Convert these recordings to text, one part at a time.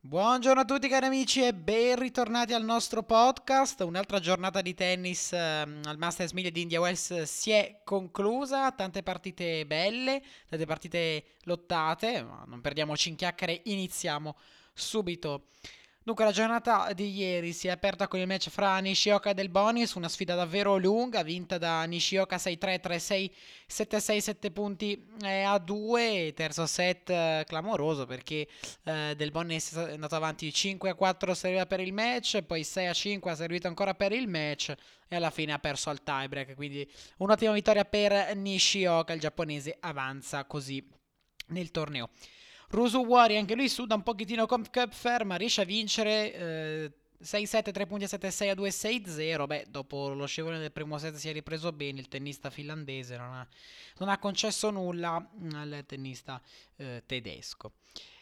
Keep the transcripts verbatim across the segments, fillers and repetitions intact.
Buongiorno a tutti cari amici e ben ritornati al nostro podcast. Un'altra giornata di tennis ehm, al Masters mille di India Wells si è conclusa, tante partite belle, tante partite lottate, ma non perdiamoci in chiacchiere, iniziamo subito. Dunque, la giornata di ieri si è aperta con il match fra Nishioka e Del Bonis, una sfida davvero lunga, vinta da Nishioka sei tre, tre sei, sette sei, sette punti eh, a due. Terzo set eh, clamoroso perché eh, Del Bonis è andato avanti cinque a quattro, serviva per il match, poi sei a cinque ha servito ancora per il match e alla fine ha perso al tiebreak. Quindi un'ottima vittoria per Nishioka, il giapponese avanza così nel torneo. Rusu Wari, anche lui suda un pochettino con Köpfer, ma riesce a vincere eh, sei sette, tre punti a sette sei a due sei zero. Beh, dopo lo scivolone del primo set si è ripreso bene. Il tennista finlandese non ha, non ha concesso nulla al tennista eh, tedesco.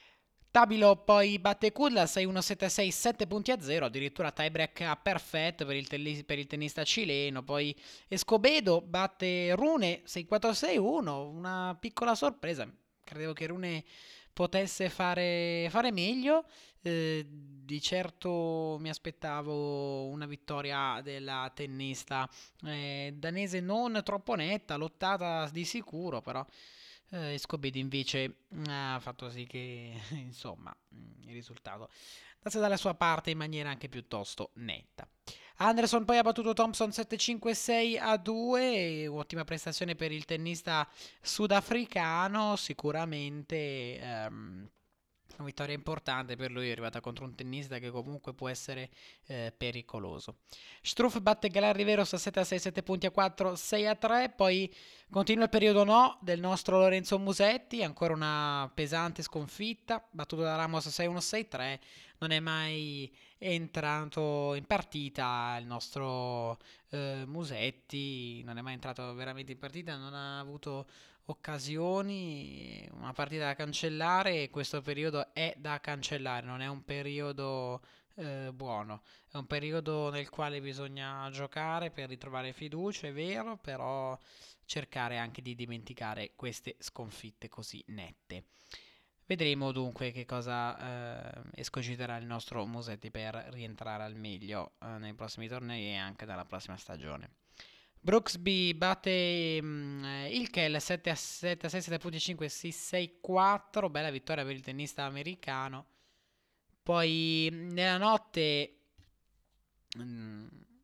Tabilo poi batte Kudla sei uno sette sei, sette punti a zero, addirittura tiebreak a perfetto per il, telli- per il tennista cileno. Poi Escobedo batte Rune sei quattro sei uno, una piccola sorpresa. Credevo che Rune potesse fare, fare meglio. Eh, di certo mi aspettavo una vittoria della tennista eh, danese non troppo netta, lottata di sicuro, però eh, Escobedo invece ha fatto sì che, insomma, il risultato andasse dalla sua parte in maniera anche piuttosto netta. Anderson poi ha battuto Thompson sette cinque sei a due, ottima prestazione per il tennista sudafricano, sicuramente ehm, una vittoria importante per lui, è arrivata contro un tennista che comunque può essere eh, pericoloso. Struff batte Galar Riveros a sette a sei, sette punti a quattro, sei a tre, poi continua il periodo no del nostro Lorenzo Musetti, ancora una pesante sconfitta, battuto da Ramos sei uno sei tre, non è mai entrato in partita il nostro eh, Musetti, non è mai entrato veramente in partita, non ha avuto occasioni, una partita da cancellare e questo periodo è da cancellare, non è un periodo eh, buono, è un periodo nel quale bisogna giocare per ritrovare fiducia, è vero, però cercare anche di dimenticare queste sconfitte così nette. Vedremo dunque che cosa eh, escogiterà il nostro Musetti per rientrare al meglio eh, nei prossimi tornei e anche nella prossima stagione. Brooksby batte mm, eh, il Kell sette a sette, sei, sette punti cinque, sei sei quattro. Bella vittoria per il tennista americano. Poi mm, nella notte mm,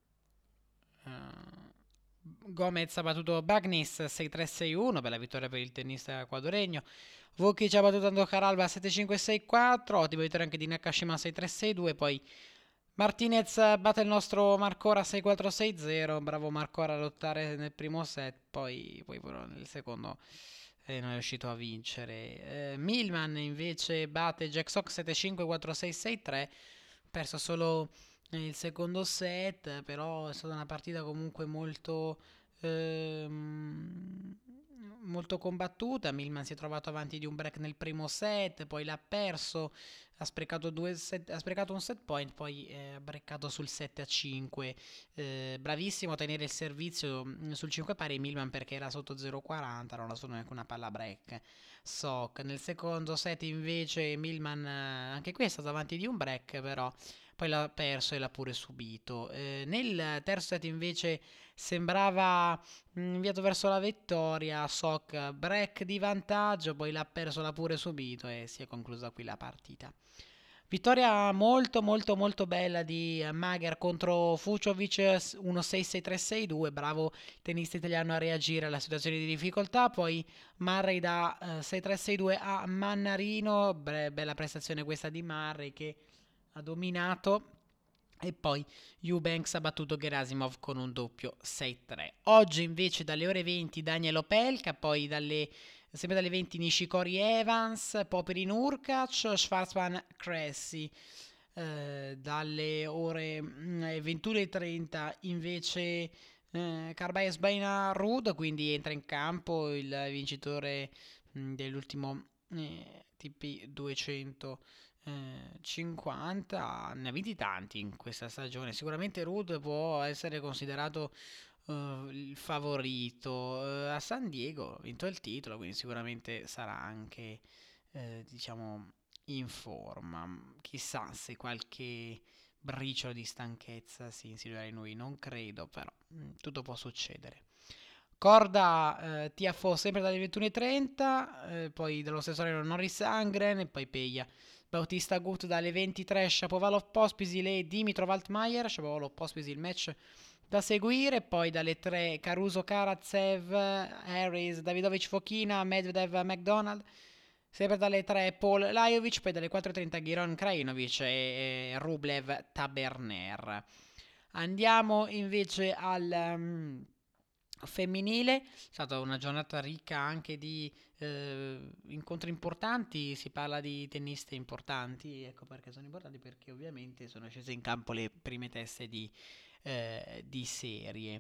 eh, Gomez ha battuto Bagnis sei tre sei uno. Bella vittoria per il tennista ecuadoregno. Vukic ha battuto Andocar Alba sette cinque sei quattro. Ottima vittoria anche di Nakashima sei tre sei due. Poi Martinez batte il nostro Marcora sei quattro sei zero. Bravo Marcora a lottare nel primo set. Poi, poi però nel secondo eh, non è riuscito a vincere. Eh, Milman invece batte Jack Sock sette cinque quattro sei sei tre. Perso solo il secondo set. Però è stata una partita comunque molto. ehm, Molto combattuta. Milman si è trovato avanti di un break nel primo set, poi l'ha perso, ha sprecato, due set, ha sprecato un set point, poi eh, ha breccato sul sette a cinque. Eh, bravissimo a tenere il servizio mm, sul cinque pari Milman perché era sotto zero quaranta, non ha solo neanche una palla break. Sock. Nel secondo set invece Milman, eh, anche qui è stato avanti di un break, però poi l'ha perso e l'ha pure subito. Eh, nel terzo set invece sembrava mh, inviato verso la vittoria. Sock break di vantaggio, poi l'ha perso, l'ha pure subito e si è conclusa qui la partita. Vittoria molto molto molto bella di Mager contro Fuciovic uno sei sei tre sei due. Bravo tennista italiano a reagire alla situazione di difficoltà. Poi Murray da eh, sei tre sei due a Mannarino. Bre- bella prestazione questa di Murray che ha dominato. E poi Eubanks ha battuto Gerasimov con un doppio sei tre. Oggi invece dalle ore venti Daniel Opelka, poi dalle, sempre dalle venti Nishikori Evans, Popperin Urkac, Schwarzman Cressy. Eh, dalle ore mm, ventuno e trenta invece eh, Carbayes Baina Rud, quindi entra in campo il vincitore mm, dell'ultimo eh, T P duecento eh, cinquanta, ne ha vinti tanti in questa stagione. Sicuramente Ruud può essere considerato eh, il favorito. Eh, a San Diego ha vinto il titolo, quindi sicuramente sarà anche, eh, diciamo, in forma. Chissà se qualche briciolo di stanchezza si insinuerà in lui, non credo, però mm, tutto può succedere. Corda eh, T F O sempre dalle ventuno e trenta, eh, poi dello stesso orario Norris Angren e poi Peja. Bautista Agut dalle ventitré, Shapovalov Pospisil e Dimitrov Altmaier. Shapovalov Pospisil il match da seguire, poi dalle tre Caruso Karatsev, Harris, Davidovic Fokina, Medvedev McDonald. Sempre dalle tre Paul Lajovic, poi dalle quattro e trenta Giron Krajinovic e, e Rublev Taberner. Andiamo invece al um, femminile. È stata una giornata ricca anche di eh, incontri importanti. Si parla di tenniste importanti. Ecco perché sono importanti, perché ovviamente sono scese in campo le prime teste di, eh, di serie.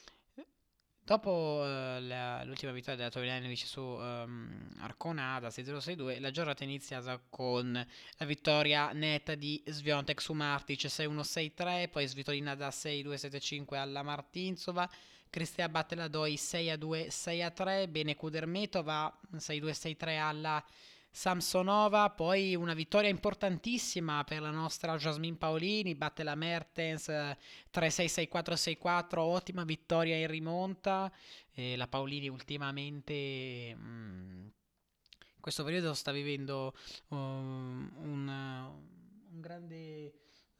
Dopo eh, la- l'ultima vittoria della Tovljanovic su ehm, Arconada sei zero sei due, la giornata è iniziata con la vittoria netta di Swiatek su Martic sei uno sei tre, poi Svitolina da sei due sette cinque alla Martinsova, Cristea batte la Doi sei a due sei a tre, bene Kudermetova sei due sei tre alla Samsonova, poi una vittoria importantissima per la nostra Jasmine Paolini, batte la Mertens eh, tre sei sei quattro sei quattro, ottima vittoria in rimonta. Eh, la Paolini ultimamente mm, in questo periodo sta vivendo um, un, uh, un grande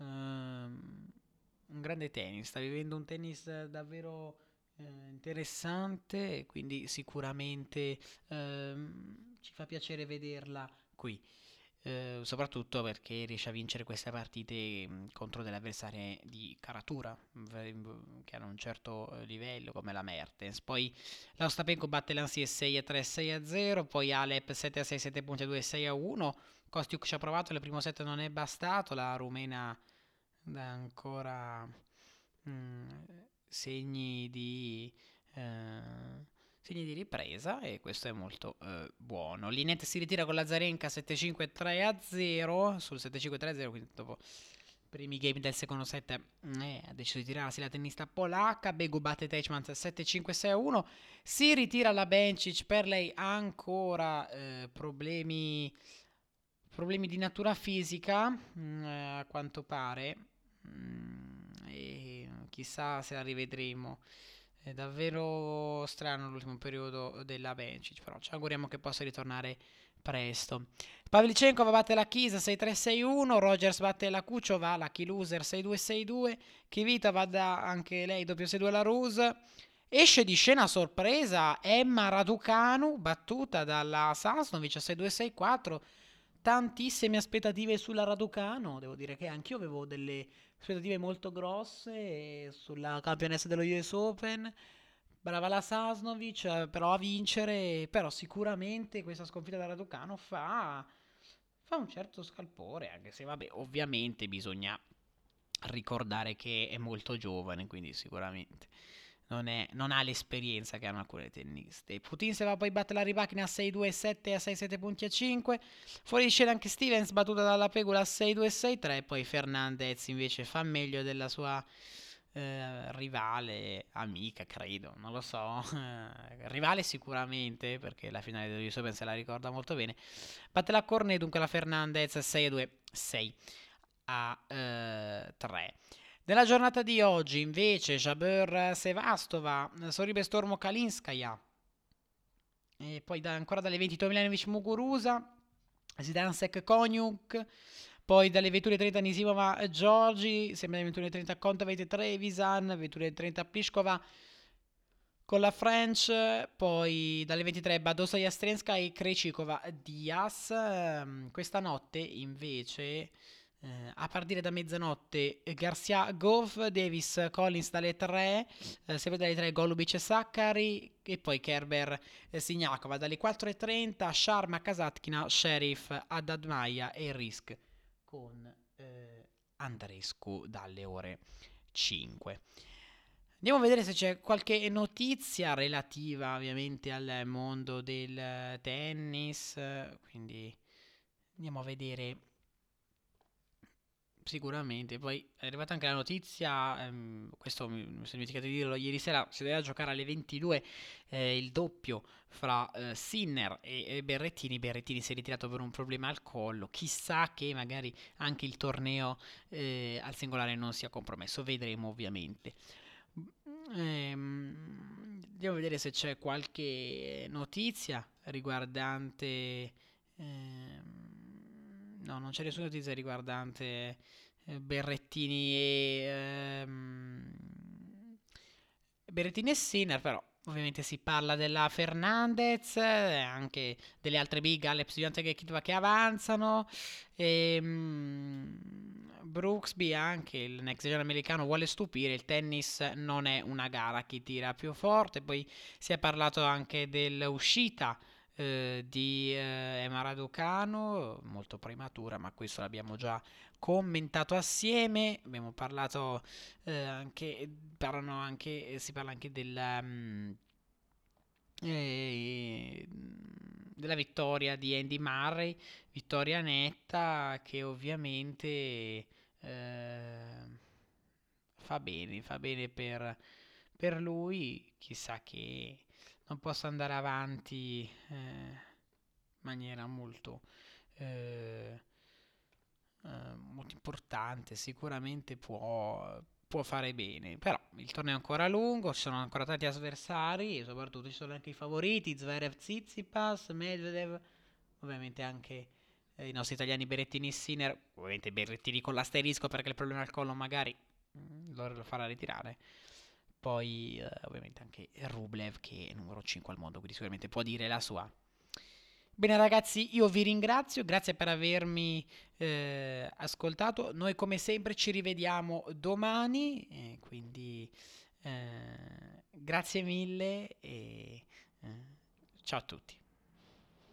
um, un grande tennis, sta vivendo un tennis davvero eh, interessante, quindi sicuramente ehm, ci fa piacere vederla qui. Eh, soprattutto perché riesce a vincere queste partite mh, contro delle avversarie di caratura mh, che hanno un certo eh, livello come la Mertens. Poi la Ostapenko batte l'Ansie sei a tre sei a zero, poi Alep sette a sei sette a due sei a uno. Kostiuk ci ha provato, il primo set non è bastato, la rumena dà ancora mh, segni di eh, segni di ripresa e questo è molto eh, buono. Linette si ritira con la Zarenka sette cinque tre a zero sul sette cinque tre a zero, quindi dopo i primi game del secondo set eh, ha deciso di tirarsi la tennista polacca. Begu batte Teichmann sette cinque sei a uno, si ritira la Bencic, per lei ancora eh, problemi problemi di natura fisica mh, eh, a quanto pare. Mm, e chissà se la rivedremo. È davvero strano l'ultimo periodo della Bencic, però ci auguriamo che possa ritornare presto. Pavlyuchenkova batte la Chisa sei tre sei uno, Rogers batte la Kuchova, la key loser sei due sei due, Kvitova da anche lei doppio sei due la Ruse. Esce di scena a sorpresa Emma Raducanu, battuta dalla Sasnovic sei due sei quattro. Tantissime aspettative sulla Raducanu, devo dire che anch'io avevo delle aspettative molto grosse sulla campionessa dello U S Open. Brava la Sasnovic, eh, però a vincere, però sicuramente questa sconfitta da Raducanu fa, fa un certo scalpore, anche se vabbè, ovviamente bisogna ricordare che è molto giovane, quindi sicuramente non, è, non ha l'esperienza che hanno alcune tenniste. Putin se va poi batte la Rybakina a sei due sette a sei sette punti a cinque. Fuori di scena anche Stevens battuta dalla Pegula a sei due sei tre. Poi Fernandez invece fa meglio della sua eh, rivale, amica credo, non lo so. Rivale sicuramente perché la finale degli U S Open se la ricorda molto bene. Batte la Cornet, dunque la Fernandez sei a due sei a tre. Nella giornata di oggi invece Jabeur Sevastova, Sorribe Stormo Kalinskaya e poi da, ancora dalle venti Tomljanovic Muguruza, Zidansek Koniuk, poi dalle ventuno e trenta Nisimova Giorgi, sempre dalle ventuno e trenta Kontaveit Trevisan, ventuno e trenta Pliskova con la French, poi dalle ventitré Badosa Jastrenska e Krejcikova Diaz. Questa notte invece eh, a partire da mezzanotte Garcia Gove, Davis Collins dalle tre, eh, sempre dalle tre Golubic e Saccari e poi Kerber eh, Signakova dalle quattro e trenta, Sharma Kasatkina, Sheriff Adadmaia e Risk con eh, Andrescu dalle ore cinque. Andiamo a vedere se c'è qualche notizia relativa ovviamente al mondo del tennis, quindi andiamo a vedere Sicuramente, poi è arrivata anche la notizia, ehm, questo mi, mi sono dimenticato di dirlo ieri sera, si doveva giocare alle ventidue eh, il doppio fra eh, Sinner e, e Berrettini. Berrettini si è ritirato per un problema al collo, chissà che magari anche il torneo eh, al singolare non sia compromesso, vedremo ovviamente. Ehm, andiamo a vedere se c'è qualche notizia riguardante... ehm, no, non c'è nessuna notizia riguardante eh, Berrettini e... ehm, Berrettini e Sinner, però ovviamente si parla della Fernandez, eh, anche delle altre big, Alex Viontek e Kitva che avanzano. E, Brooksby, anche il next gen americano, vuole stupire. Il tennis non è una gara, chi tira più forte. Poi si è parlato anche dell'uscita eh, di eh, Emma Raducanu, molto prematura, ma questo l'abbiamo già commentato assieme. Abbiamo parlato eh, anche, parlano anche, si parla anche della, mm, eh, della vittoria di Andy Murray, vittoria netta che ovviamente eh, fa bene, fa bene per, per lui, chissà che non possa andare avanti eh, in maniera molto, eh, eh, molto importante, sicuramente può, può fare bene, però il torneo è ancora lungo, ci sono ancora tanti avversari e soprattutto ci sono anche i favoriti, Zverev, Tsitsipas, Medvedev, ovviamente anche eh, i nostri italiani Berrettini e Sinner, ovviamente Berrettini con l'asterisco perché il problema al collo magari mm, lo, lo farà ritirare. Poi eh, ovviamente anche Rublev che è numero cinque al mondo, quindi sicuramente può dire la sua. Bene ragazzi, io vi ringrazio, grazie per avermi eh, ascoltato. Noi come sempre ci rivediamo domani, eh, quindi eh, grazie mille e eh, ciao a tutti.